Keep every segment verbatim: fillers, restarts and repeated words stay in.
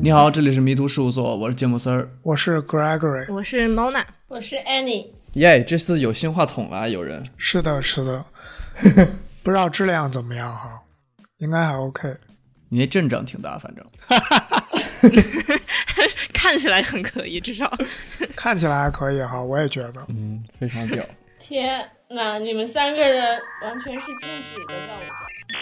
你好，这里是迷途事务所，我是芥末丝儿， 我是 Gregory， 我是 Mona， 我是 Annie。 耶、yeah, 这次有新话筒了，有人。 是的，是的，不知道质量怎么样哈，应该还 OK。 你那阵仗挺大，反正。 看起来很可以，至少看起来还可以哈，我也觉得， 嗯，非常屌。 天哪，你们三个人完全是静止的在我这。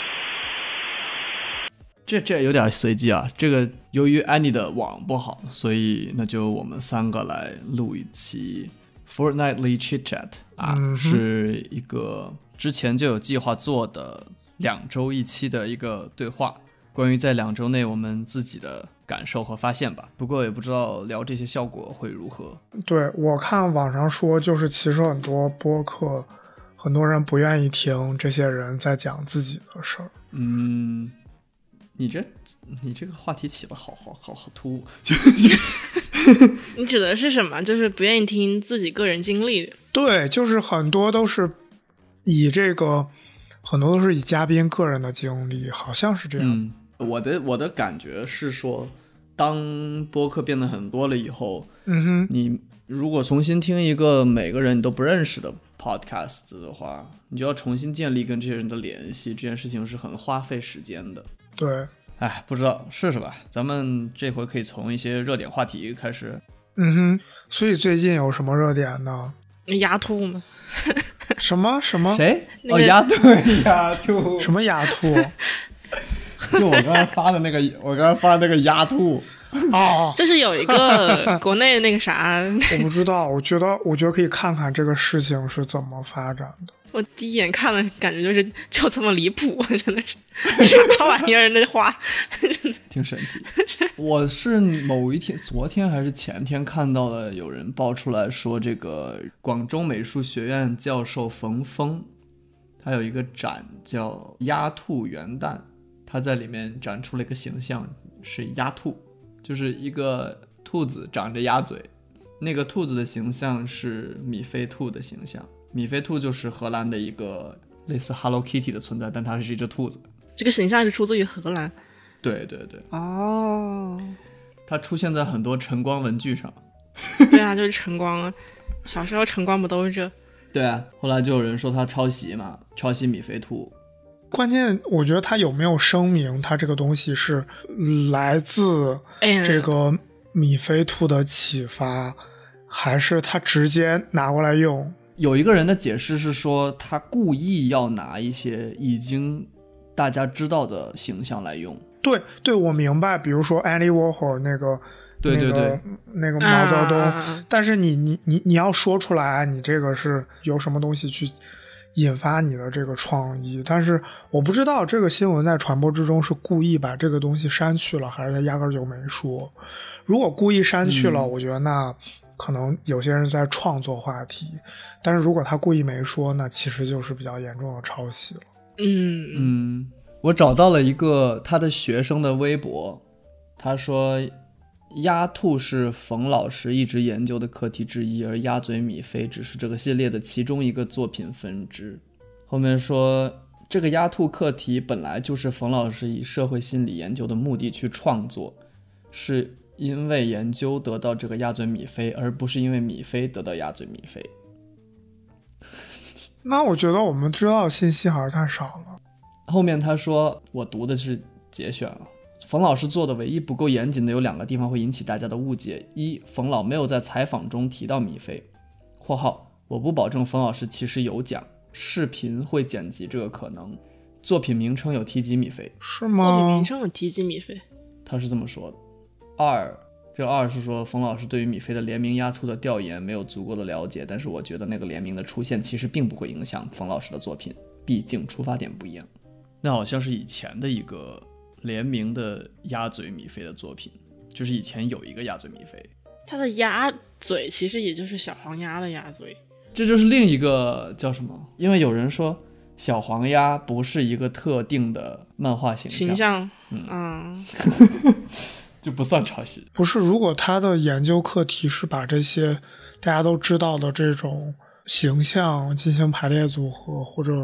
这这有点随机啊！这个由于安妮的网不好，所以那就我们三个来录一期 Fortnightly Chit Chat 啊、嗯，是一个之前就有计划做的两周一期的一个对话，关于在两周内我们自己的感受和发现吧。不过也不知道聊这些效果会如何。 对，我看网上说，就是其实很多播客，很多人不愿意听这些人在讲自己的事儿。 嗯。你这你这个话题起得好好好好突兀。 你指的是什么？就是不愿意听自己个人经历的？ 对，就是很多都是以这个，很多都是以嘉宾个人的经历，好像是这样。 嗯，我的我的感觉是说，当播客变得很多了以后， 嗯哼， 你如果重新听一个每个人你都不认识的 podcast 的话，你就要重新建立跟这些人的联系，这件事情是很花费时间的。 对， 哎，不知道试试吧。咱们这回可以从一些热点话题开始。 嗯哼，所以最近有什么热点呢？ 丫兔吗？ 什么什么？ 谁？ 那個、 哦，丫兔，丫兔。 什么丫兔？ 就我刚才发的那个，我刚才发的那个丫兔。 哦， 就是有一个国内那个啥， 我不知道。我觉得，我觉得可以看看这个事情是怎么发展的。 我第一眼看了，感觉就是就这么离谱，真的是啥玩意儿？那话挺神奇。我是某一天，昨天还是前天看到了有人爆出来说，这个广州美术学院教授冯峰，他有一个展叫“鸭兔元旦”，他在里面展出了一个形象是鸭兔，就是一个兔子长着鸭嘴，那个兔子的形象是米菲兔的形象。米菲兔就是荷兰的一个类似 Hello Kitty 的存在，但它是一只兔子。 这个形象是出自于荷兰。 对对对。 哦。 它出现在很多晨光文具上。 对啊，就是晨光，小时候晨光不都是这？ 对啊，后来就有人说他抄袭嘛，抄袭米菲兔。 关键我觉得他有没有声明他这个东西是来自这个米菲兔的启发、哎、还是他直接拿过来用？ 有一个人的解释是说他故意要拿一些已经大家知道的形象来用。 对对，我明白，比如说 Andy Warhol 那个对对对， 那个毛泽东、 啊、 但是你你你你要说出来你这个是有什么东西去引发你的这个创意，但是我不知道这个新闻在传播之中是故意把这个东西删去了，还是他压根就没说。如果故意删去了、嗯、我觉得那可能有些人在创作话题，但是如果他故意没说，那其实就是比较严重的抄袭了。 嗯嗯，我找到了一个他的学生的微博，他说鸭兔是冯老师一直研究的课题之一，而鸭嘴米菲只是这个系列的其中一个作品分支。后面说这个鸭兔课题本来就是冯老师以社会心理研究的目的去创作，是因为研究得到这个鸭嘴米菲，而不是因为米菲得到鸭嘴米菲。 那我觉得我们知道的信息还是太少了。 后面他说，我读的是节选了，冯老师做的唯一不够严谨的有两个地方会引起大家的误解：一，冯老没有在采访中提到米菲（括号我不保证冯老师其实有讲，视频会剪辑这个可能，作品名称有提及米菲）。 是吗？ 作品名称有提及米菲， 他是这么说的。二，这二是说冯老师对于米菲的联名鸭兔的调研没有足够的了解，但是我觉得那个联名的出现其实并不会影响冯老师的作品，毕竟出发点不一样。那好像是以前的一个联名的鸭嘴米菲的作品，就是以前有一个鸭嘴米菲， 它的鸭嘴其实也就是小黄鸭的鸭嘴， 这就是另一个叫什么？因为有人说小黄鸭不是一个特定的漫画形象， 形象， 嗯， 嗯就不算抄袭。 不是，如果他的研究课题是把这些大家都知道的这种形象进行排列组合，或者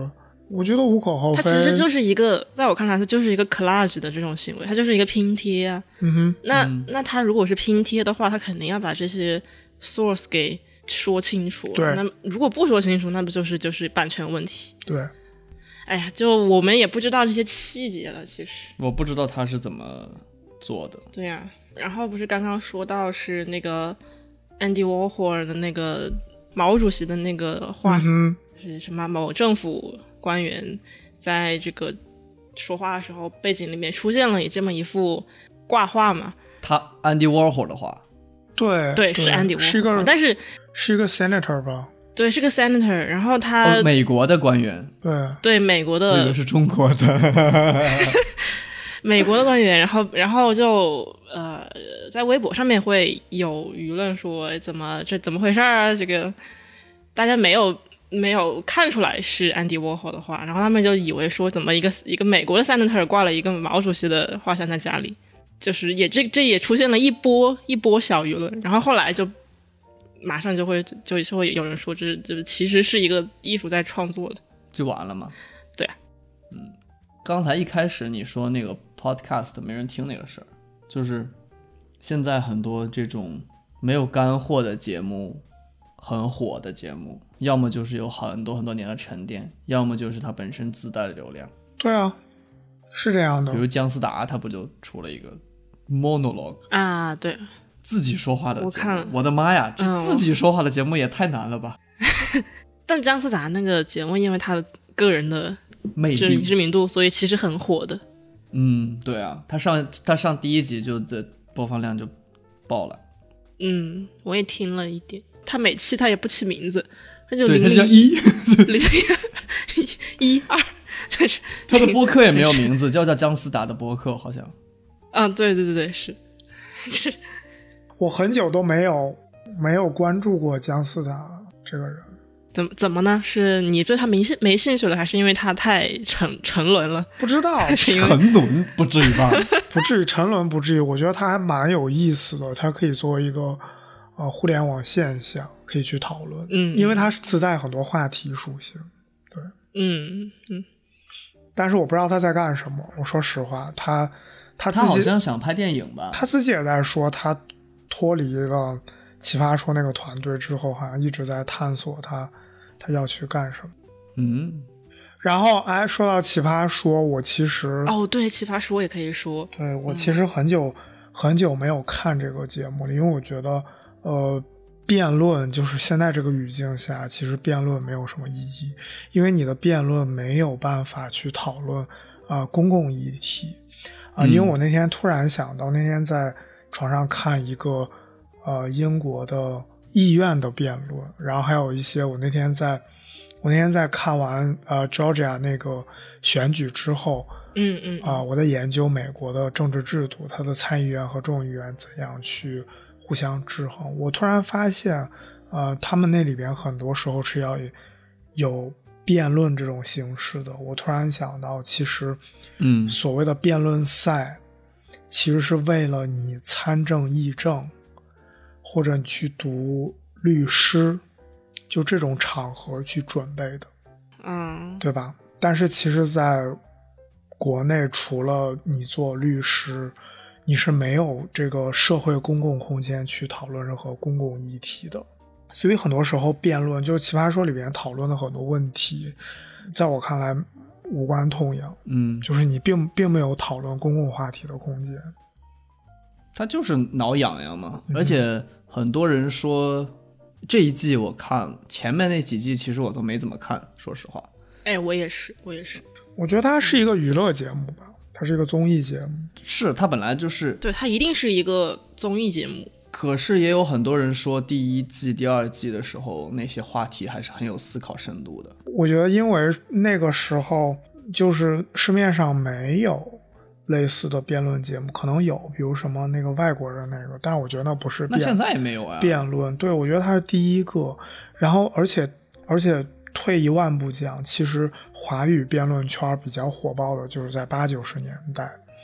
我觉得无可厚非。 它其实就是一个，在我看来，它就是一个 collage 的这种行为，它就是一个拼贴啊。 嗯哼， 那、 嗯、 那它如果是拼贴的话，它肯定要把这些 source 给说清楚。 对， 那如果不说清楚，那不就是就是版权问题？ 对。 哎呀，就我们也不知道这些细节了，其实。 我不知道他是怎么做的。 对呀、啊，然后不是刚刚说到是那个 Andy Warhol 的那个毛主席的那个画， 嗯、 是什么某政府官员在这个说话的时候，背景里面出现了这么一幅挂画嘛？ 他 Andy Warhol 的画。 对对，是 Andy Warhol， 是一个， 但是是一个 senator 吧？ 对，是个 senator， 然后他、 哦、美国的官员。 对对，美国的， 我以为是中国的。 美国的官员，然后然后就呃，在微博上面会有舆论说怎么这怎么回事啊？这个大家没有没有看出来是 Andy Warhol 的画，然后他们就以为说怎么一个一个美国的 senator 挂了一个毛主席的画像在家里，就是也这这也出现了一波一波小舆论，然后后来就马上就会就就会有人说这这其实是一个艺术在创作的， 就完了吗？ 对啊， 嗯，刚才一开始你说那个 podcast 没人听那个事儿，就是现在很多这种没有干货的节目，很火的节目，要么就是有很多很多年的沉淀，要么就是它本身自带的流量。 对啊，是这样的。 比如姜思达他不就出了一个 monologue 啊，对， 自己说话的节目， 我看了， 我的妈呀，这嗯、 自己说话的节目也太难了吧。 但姜思达那个节目因为他的个人的魅力力知名度，所以其实很火的。 嗯，对啊，他上他上第一集就的播放量就爆了。 嗯，我也听了一点。他每期他也不起名字，他就对， 零零他叫一零一二，就是他的播客也没有名字，叫叫姜思达的播客好像。 嗯，对对对对，是。 我很久都没有没有关注过姜思达这个人。 怎么怎么呢？是你对他没兴没兴趣了，还是因为他太沉沉沦了？ 不知道， 沉沦不至于吧？ 不至于沉沦，不至于。我觉得他还蛮有意思的，他可以作为一个呃互联网现象可以去讨论。 嗯， 因为它自带很多话题属性。对， 嗯嗯。 但是我不知道他在干什么。我说实话，他他自己他好像想拍电影吧？ 他自己也在说，他脱离了奇葩说那个团队之后，好像一直在探索他。他要去干什么？ 嗯， 然后哎，说到奇葩说，我其实哦，对，奇葩说也可以说， 对我其实很久、嗯、很久没有看这个节目了，因为我觉得，呃，辩论就是现在这个语境下，其实辩论没有什么意义，因为你的辩论没有办法去讨论啊、呃、公共议题啊、呃嗯，因为我那天突然想到，那天在床上看一个呃英国的。议院的辩论，然后还有一些我那天在我那天在看完呃 Georgia 那个选举之后， 嗯嗯啊、呃，我在研究美国的政治制度，它的参议员和众议员怎样去互相制衡。我突然发现，呃，他们那里边很多时候是要有辩论这种形式的。我突然想到，其实， 嗯， 所谓的辩论赛，其实是为了你参政议政。或者你去读律师，就这种场合去准备的， 嗯， 对吧？但是其实在国内，除了你做律师，你是没有这个社会公共空间去讨论任何公共议题的。所以很多时候辩论，就是奇葩说里边讨论的很多问题，在我看来无关痛痒， 嗯， 就是你并并没有讨论公共话题的空间。 他就是挠痒痒嘛，嗯、而且很多人说这一季我看前面那几季其实我都没怎么看，说实话。 哎，我也是，我也是。 我觉得它是一个娱乐节目吧，它是一个综艺节目。 是，它本来就是， 对，它一定是一个综艺节目。 可是也有很多人说第一季、第二季的时候那些话题还是很有思考深度的。 我觉得因为那个时候就是市面上没有类似的辩论节目，可能有，比如什么那个外国人那个，但是我觉得那不是辩， 那现在也没有啊。 辩论，对，我觉得它是第一个。然后，而且，而且退一万步讲，其实华语辩论圈比较火爆的就是在八九十年代，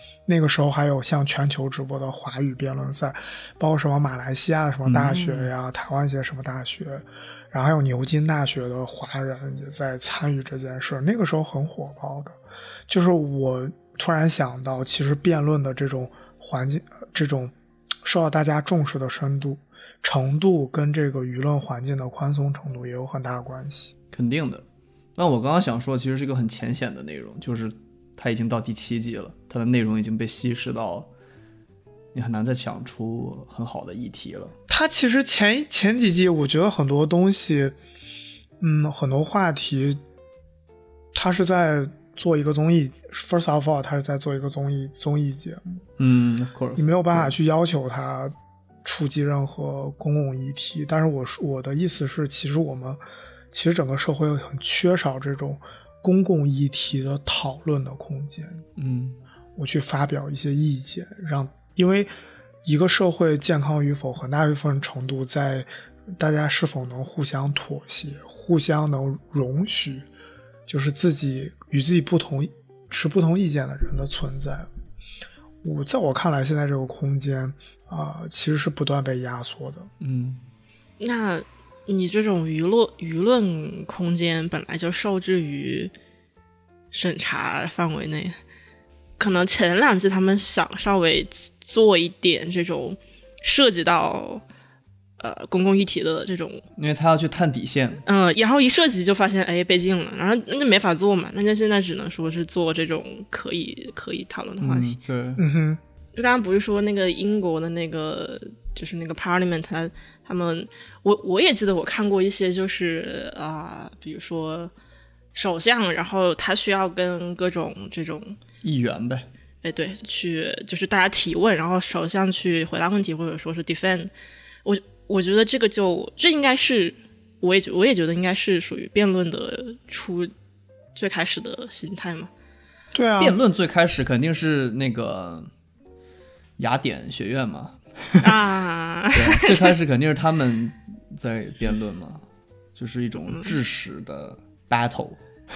那个时候还有像全球直播的华语辩论赛，包括什么马来西亚的什么大学呀、嗯、台湾一些什么大学，然后还有牛津大学的华人也在参与这件事，那个时候很火爆的。就是我突然想到，其实辩论的这种环境，这种受到大家重视的深度程度跟这个舆论环境的宽松程度也有很大的关系。 肯定的。那我刚刚想说其实是一个很浅显的内容，就是它已经到第七季了，它的内容已经被稀释到你很难再想出很好的议题了。 它其实前前几季我觉得很多东西嗯，很多话题它是在做一个综艺 first of all 它是在做一个综艺综艺节目， 嗯 of course 你没有办法去要求它触及任何公共议题，但是我我的意思是其实我们其实整个社会很缺少这种公共议题的讨论的空间。 嗯， 我去发表一些意见，让因为一个社会健康与否很大一部分程度在大家是否能互相妥协，互相能容许就是自己与自己不同持不同意见的人的存在。我在我看来现在这个空间啊、呃，其实是不断被压缩的。 嗯， 那你这种舆论舆论空间本来就受制于审查范围内，可能前两季他们想稍微做一点这种涉及到呃公共议题的这种， 因为他要去探底线， 嗯、呃，然后一涉及就发现哎被禁了，然后那就没法做嘛，那就现在只能说是做这种可以可以讨论的话题。 嗯、对， 嗯哼， 就刚刚不是说那个英国的那个就是那个 Parliament 他他们我我也记得我看过一些就是啊、呃，比如说首相，然后他需要跟各种这种议员呗， 哎对，去就是大家提问，然后首相去回答问题或者说是 defend。我我觉得这个就这应该是我也我也觉得应该是属于辩论的初最开始的形态嘛。 对啊， 辩论最开始肯定是那个雅典学院嘛。 啊， 对，最开始肯定是他们在辩论嘛，就是一种知识的 battle。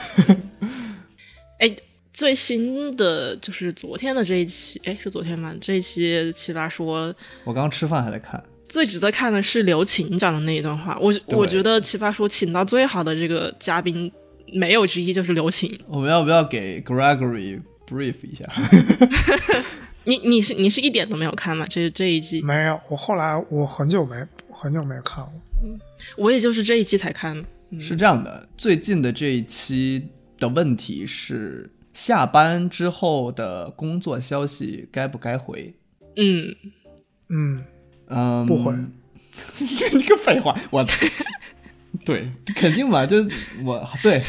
哎，最新的就是昨天的这一期，哎，是昨天吗？这一期奇葩说， 我刚刚吃饭还在看。 最值得看的是刘擎讲的那一段话，我我觉得奇葩说请到最好的这个嘉宾没有之一就是刘擎。 我们要不要给 Gregory brief 一下？ 你你是你是一点都没有看吗？这这一季没有，我后来我很久没很久没看过， 嗯，我也就是这一季才看的。嗯、 是这样的，最近的这一期的问题是下班之后的工作消息该不该回？ 嗯嗯嗯， 不回。 你个废话，我对肯定吧，就我对，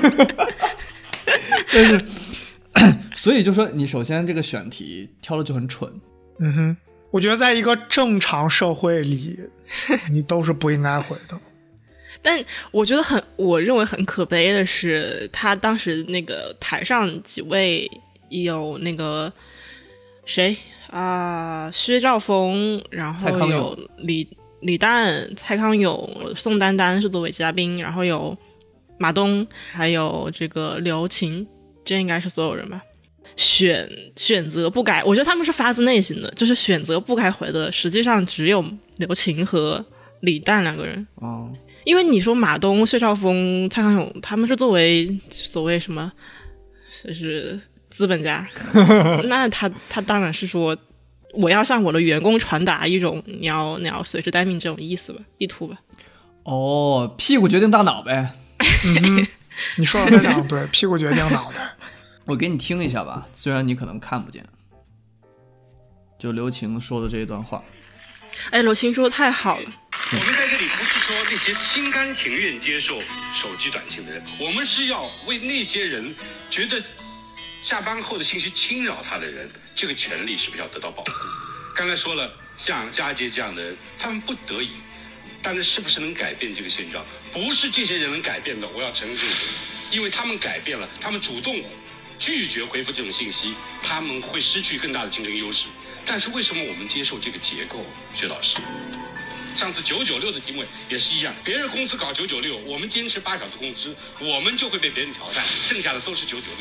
但是。所以就说你首先这个选题挑的就很蠢。 嗯哼，我觉得在一个正常社会里你都是不应该回的。 但我觉得很我认为很可悲的是他当时那个台上几位有那个谁啊、呃，薛兆丰，然后有李李诞、蔡康永、宋丹丹是作为嘉宾，然后有马东，还有这个刘擎，这应该是所有人吧。选选择不该，我觉得他们是发自内心的，就是选择不该回的，实际上只有刘擎和李诞两个人。 哦， 因为你说马东、薛兆丰、蔡康永，他们是作为所谓什么，就是资本家，那他他当然是说，我要向我的员工传达一种你要你要随时待命这种意思吧，意图吧。 哦，屁股决定大脑呗。 嗯，你说的非常对，屁股决定脑袋。 我给你听一下吧，虽然你可能看不见，就刘擎说的这一段话。 哎，刘擎说的太好了。 我们在这里不是说那些心甘情愿接受手机短信的人，我们是要为那些人觉得下班后的信息侵扰他的人，这个权利是不是要得到保护？刚才说了，像佳杰这样的人，他们不得已，但是是不是能改变这个现状？不是这些人能改变的，我要承认这个，因为他们改变了，他们主动拒绝回复这种信息，他们会失去更大的竞争优势。但是为什么我们接受这个结构？薛老师，上次九九六的题目也是一样，别人公司搞九九六，我们坚持八小时工资，我们就会被别人淘汰，剩下的都是九九六。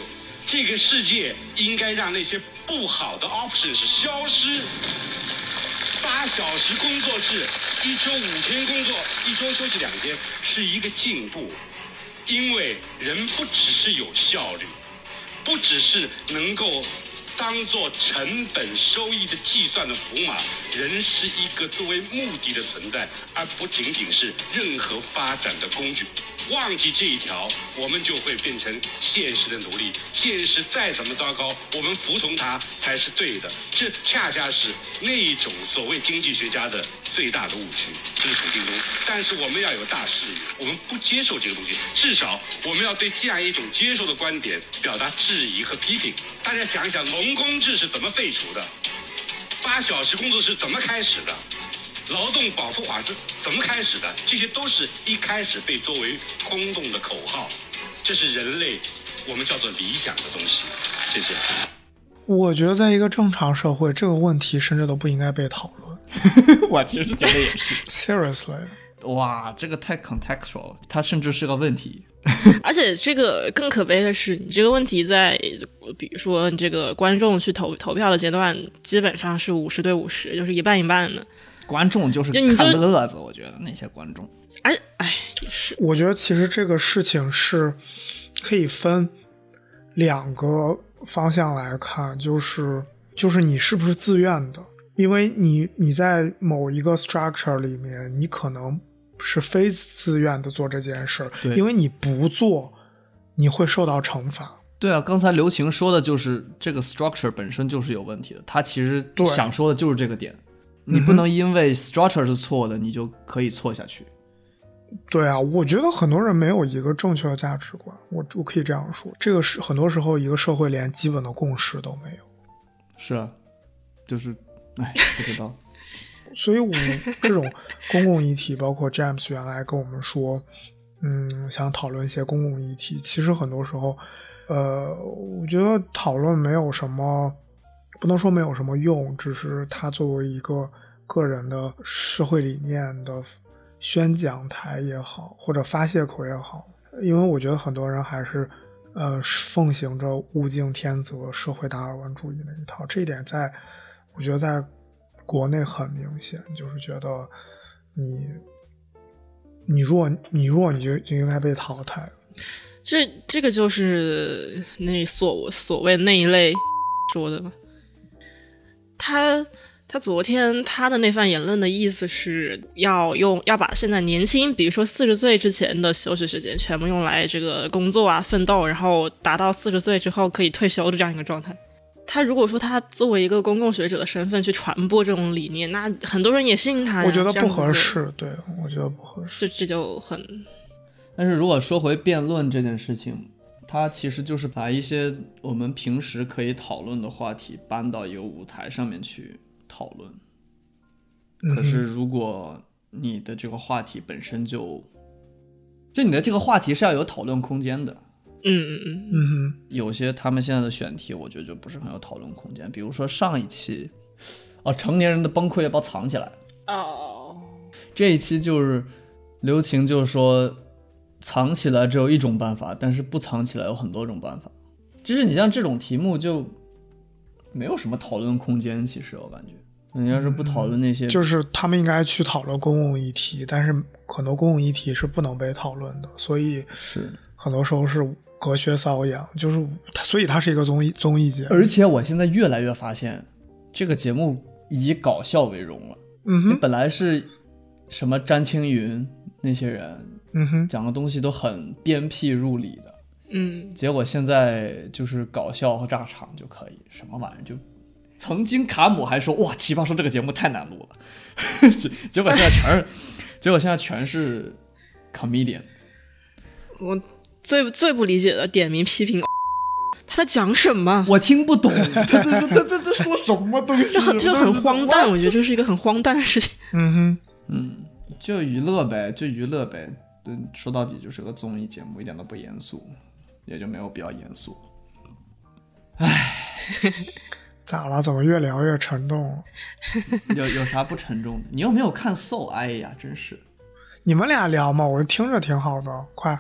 这个世界应该让那些不好的 options 消失。八小时工作制，一周五天工作，一周休息两天，是一个进步。因为人不只是有效率，不只是能够当做成本收益的计算的符码，人是一个作为目的的存在，而不仅仅是任何发展的工具。忘记这一条，我们就会变成现实的奴隶。现实再怎么糟糕，我们服从它才是对的。这恰恰是那一种所谓经济学家的最大的误区，这个处境中。但是我们要有大视野，我们不接受这个东西，至少我们要对这样一种接受的观点表达质疑和批评。大家想想，农工制是怎么废除的？八小时工作是怎么开始的？劳动保护法是怎么开始的？这些都是一开始被作为空洞的口号，这是人类我们叫做理想的东西。谢谢。 我觉得在一个正常社会，这个问题甚至都不应该被讨论。 我其实觉得也是。 Seriously， 哇，这个太 contextual， 它甚至是个问题。 而且这个更可悲的是，你这个问题在比如说你这个观众去投投票的阶段，基本上是五十对五十，就是一半一半的。 观众就是看乐子，我觉得那些观众， 哎哎，也是。 我觉得其实这个事情是可以分两个方向来看，就是就是你是不是自愿的，因为你你在某一个 structure 里面，你可能是非自愿的做这件事，因为你不做，你会受到惩罚。 对啊，刚才刘晴说的就是这个 structure 本身就是有问题的，他其实想说的就是这个点。你不能因为 structure 是错的，你就可以错下去。 对啊，我觉得很多人没有一个正确的价值观，我我可以这样说，这个是很多时候一个社会连基本的共识都没有。 是啊，就是哎，不知道。 所以我们这种公共议题，包括 James 原来跟我们说，嗯，想讨论一些公共议题，其实很多时候，呃，我觉得讨论没有什么。不能说没有什么用，只是它作为一个个人的社会理念的宣讲台也好，或者发泄口也好，因为我觉得很多人还是呃奉行着物竞天择、社会达尔文主义那一套，这一点在我觉得在国内很明显，就是觉得你你弱你弱你就就应该被淘汰。 这这个就是那所所谓那一类说的嘛。他他昨天他的那番言论的意思是要用要把现在年轻，比如说四十岁之前的休息时间全部用来这个工作啊奋斗，然后达到四十岁之后可以退休的这样一个状态。他如果说他作为一个公共学者的身份去传播这种理念，那很多人也信他呀。 我觉得不合适，对，我觉得不合适。 这这就很。 但是如果说回辩论这件事情，它其实就是把一些我们平时可以讨论的话题搬到一个舞台上面去讨论。可是如果你的这个话题本身就就你的这个话题是要有讨论空间的。 嗯嗯嗯嗯， 有些他们现在的选题我觉得就不是很有讨论空间，比如说上一期哦，成年人的崩溃要不要藏起来。 哦， 这一期就是刘晴就说藏起来只有一种办法，但是不藏起来有很多种办法。就是你像这种题目就没有什么讨论空间，其实我感觉你要是不讨论那些、 嗯、就是他们应该去讨论公共议题，但是很多公共议题是不能被讨论的，所以是很多时候是隔靴搔痒，就是所以它是一个综艺综艺节目。 而且我现在越来越发现这个节目以搞笑为荣了。 嗯哼， 本来是什么詹青云那些人嗯哼， 讲的东西都很鞭辟入里的， 嗯， 结果现在就是搞笑和炸场就可以，什么玩意儿就。曾经卡姆还说哇，奇葩说这个节目太难录了，结果现在全是，结果现在全是 comedians。 我最最不理解的点名批评，他在讲什么？ 我听不懂，他他他他他说什么东西？ 这这很荒诞，我觉得这是一个很荒诞的事情。 嗯哼， 嗯，就娱乐呗，就娱乐呗。对，说到底就是个综艺节目，一点都不严肃，也就没有必要严肃。唉。 咋了？怎么越聊越沉重了？ 有有啥不沉重的？你又没有看 Soul， 哎呀，真是。 你们俩聊嘛，我听着挺好的，快。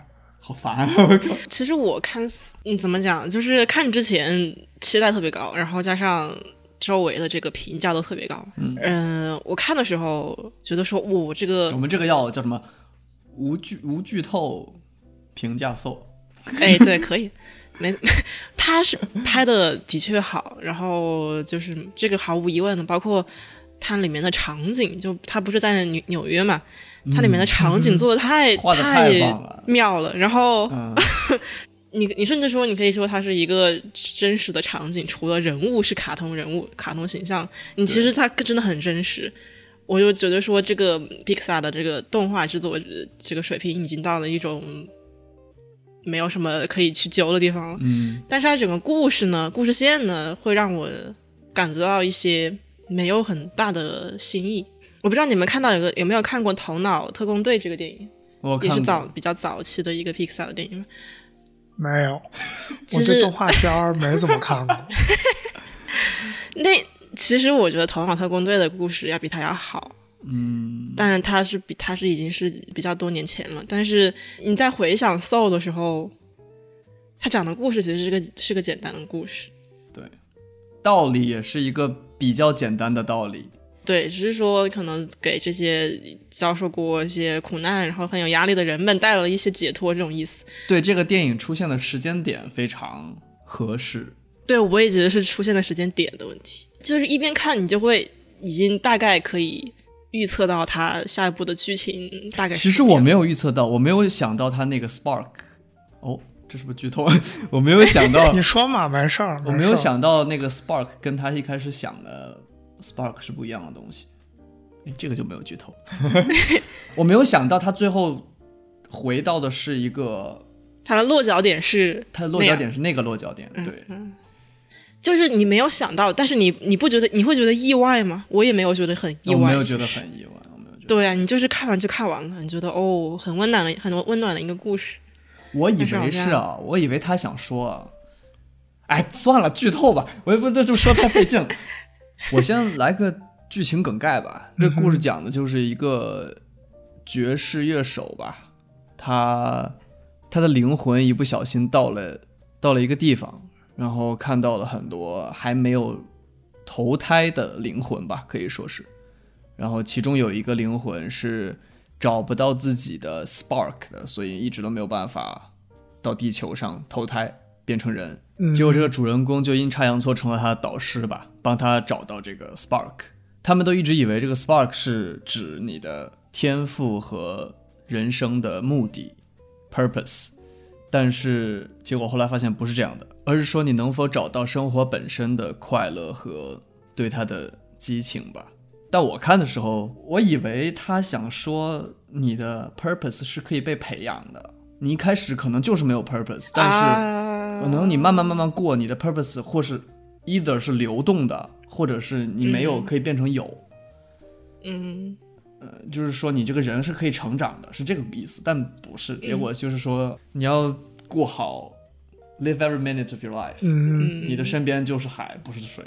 好烦啊！我靠。 其实我看，嗯，怎么讲，就是看之前期待特别高，然后加上周围的这个评价都特别高。嗯、呃，我看的时候觉得说，我、哦、这个我们这个要叫什么？无剧无剧透评价搜。 哎，对，可以。没，他是拍的的确好，然后就是这个毫无疑问的，包括它里面的场景，就它不是在纽纽约嘛，它里面的场景做的太、 嗯、画得太棒了，太妙了。然后，嗯、你你甚至说，你可以说它是一个真实的场景，除了人物是卡通人物、卡通形象，你其实它真的很真实。我就觉得说，这个 Pixar 的这个动画制作这个水平已经到了一种没有什么可以去揪的地方。 嗯， 但是它整个故事呢，故事线呢，会让我感觉到一些没有很大的新意。我不知道你们看到有个有没有看过《头脑特工队》这个电影？ 我看过， 也是早比较早期的一个 Pixar 的电影。 没有，我对动画片没怎么看过。 那其实我觉得《头脑特工队》的故事要比它要好。 嗯， 当然它是比它是已经是比较多年前了，但是你在回想 Soul 的时候，他讲的故事其实是个是个简单的故事， 对，道理也是一个比较简单的道理， 对，只是说可能给这些遭受过一些苦难然后很有压力的人们带来了一些解脱这种意思。 对，这个电影出现的时间点非常合适。 对，我也觉得是出现的时间点的问题，就是一边看你就会已经大概可以预测到他下一步的剧情大概是。 其实我没有预测到，我没有想到他那个 Spark。哦，这是不是剧透？我没有想到。 你说嘛，没事儿。 我没有想到那个 Spark 跟他一开始想的 Spark 是不一样的东西。哎，这个就没有剧透。我没有想到他最后回到的是一个， 他的落脚点是他的落脚点是那个落脚点，对。 嗯嗯，就是你没有想到，但是你你不觉得你会觉得意外吗？我也没有觉得很意外， 我没有觉得很意外，我没有觉得。 对啊，你就是看完就看完了，你觉得哦，很温暖的很温暖的一个故事。 我以为是啊，我以为他想说啊，哎，算了，剧透吧，我也不这么说太费劲了。我先来个剧情梗概吧。这故事讲的就是一个爵士乐手吧，他他的灵魂一不小心到了到了一个地方。然后看到了很多还没有投胎的灵魂吧，可以说是。然后其中有一个灵魂是找不到自己的 spark 的，所以一直都没有办法到地球上投胎变成人。结果这个主人公就阴差阳错成了他的导师吧，帮他找到这个 spark。他们都一直以为这个 spark 是指你的天赋和人生的目的 purpose， 但是结果后来发现不是这样的，而是说你能否找到生活本身的快乐和对它的激情吧。但我看的时候，我以为他想说你的 purpose 是可以被培养的，你一开始可能就是没有 purpose， 但是可能你慢慢慢慢过，你的 purpose 或是 either 是流动的，或者是你没有可以变成有。 嗯， 呃，就是说你这个人是可以成长的，是这个意思，但不是。结果就是说你要过好 live every minute of your life， 嗯， 你的身边就是海，不是水。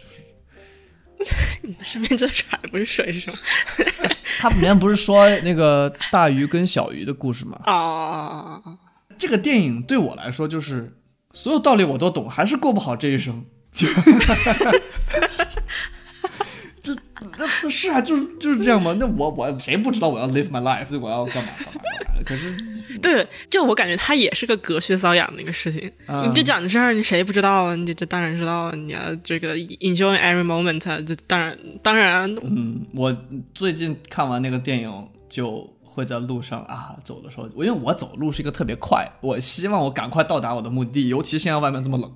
你的身边就是海，不是水是什么？ 他里面不是说那个大鱼跟小鱼的故事吗？ 啊， 这个电影对我来说就是所有道理我都懂，还是过不好这一生。这那是啊，就是就是这样吗？那我我谁不知道我要 live my life， 我要干嘛干嘛干嘛？可是对，就我感觉它也是个隔靴搔痒的一个事情。嗯、你这讲这儿，你谁不知道？你这当然知道，你要这个 enjoy every moment， 这当然当然。 嗯，我最近看完那个电影，就会在路上啊走的时候，因为我走路是一个特别快，我希望我赶快到达我的目的地，尤其现在外面这么冷。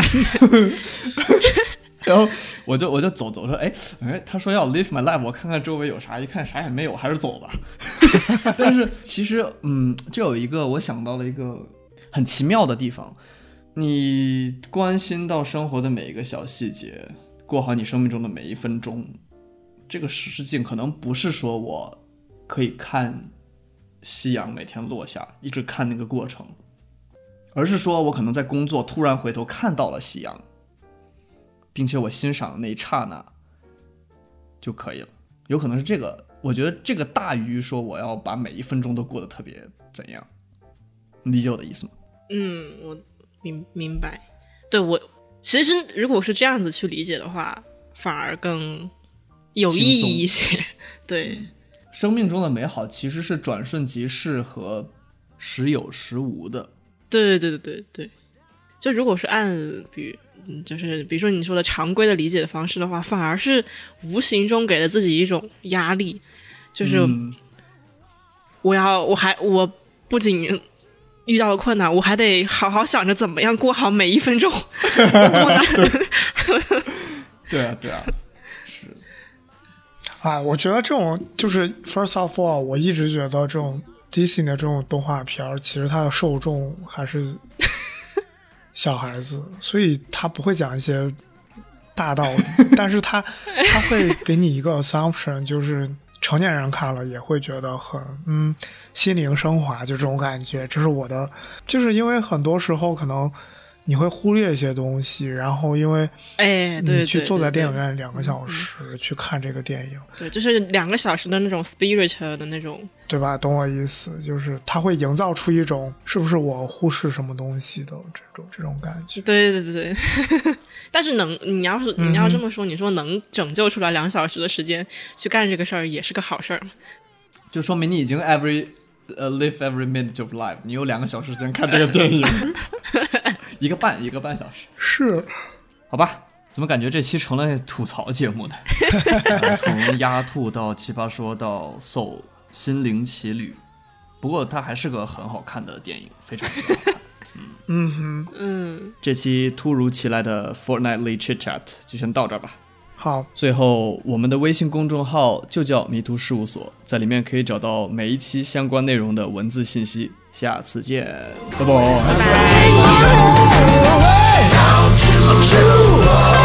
然后我就我就走走说，哎哎，他说要 live my life， 我看看周围有啥，一看啥也没有，还是走吧。但是其实，嗯，这有一个我想到了一个很奇妙的地方，你关心到生活的每一个小细节，过好你生命中的每一分钟，这个事情可能不是说我可以看夕阳每天落下，一直看那个过程，而是说我可能在工作突然回头看到了夕阳。并且我欣赏那一刹那就可以了，有可能是这个，我觉得这个大于说我要把每一分钟都过得特别怎样。 你理解我的意思吗？ 嗯，我明明白。对，我其实如果是这样子去理解的话，反而更有意义一些。对， 生命中的美好其实是转瞬即逝和时有时无的。 对对对对对，就如果是按比就是比如说你说的常规的理解的方式的话，反而是无形中给了自己一种压力，就是我要我还我不仅遇到了困难，我还得好好想着怎么样过好每一分钟。 对啊对啊，是啊，我觉得这种就是 first of all， 我一直觉得这种 Disney 的这种动画片其实它的受众还是小孩子，所以他不会讲一些大道理，但是他他会给你一个 assumption， 就是成年人看了也会觉得很嗯心灵升华，就这种感觉。这是我的，就是因为很多时候可能你会忽略一些东西，然后因为哎，对， 你去坐在电影院两个小时去看这个电影， 对，就是两个小时的那种 spiritual 的那种， 对吧？懂我意思，就是它会营造出一种是不是我忽视什么东西的这种这种感觉。 对对对对。但是能，你要是你要这么说，嗯、你说能拯救出来两小时的时间去干这个事儿，也是个好事儿。 就说明你已经 every、uh, live every minute of life， 你有两个小时时间看这个电影。一个半一个半小时， 是， 好吧？怎么感觉这期成了吐槽节目呢？呃、从鸭兔到奇葩说到 Soul 心灵奇旅，不过它还是个很好看的电影，非常非常好看。 嗯哼， 嗯， 这期突如其来的 Fortnightly Chit Chat 就先到这儿吧。 好， 最后我们的微信公众号就叫迷途事务所，在里面可以找到每一期相关内容的文字信息。下次见，拜拜。 拜拜。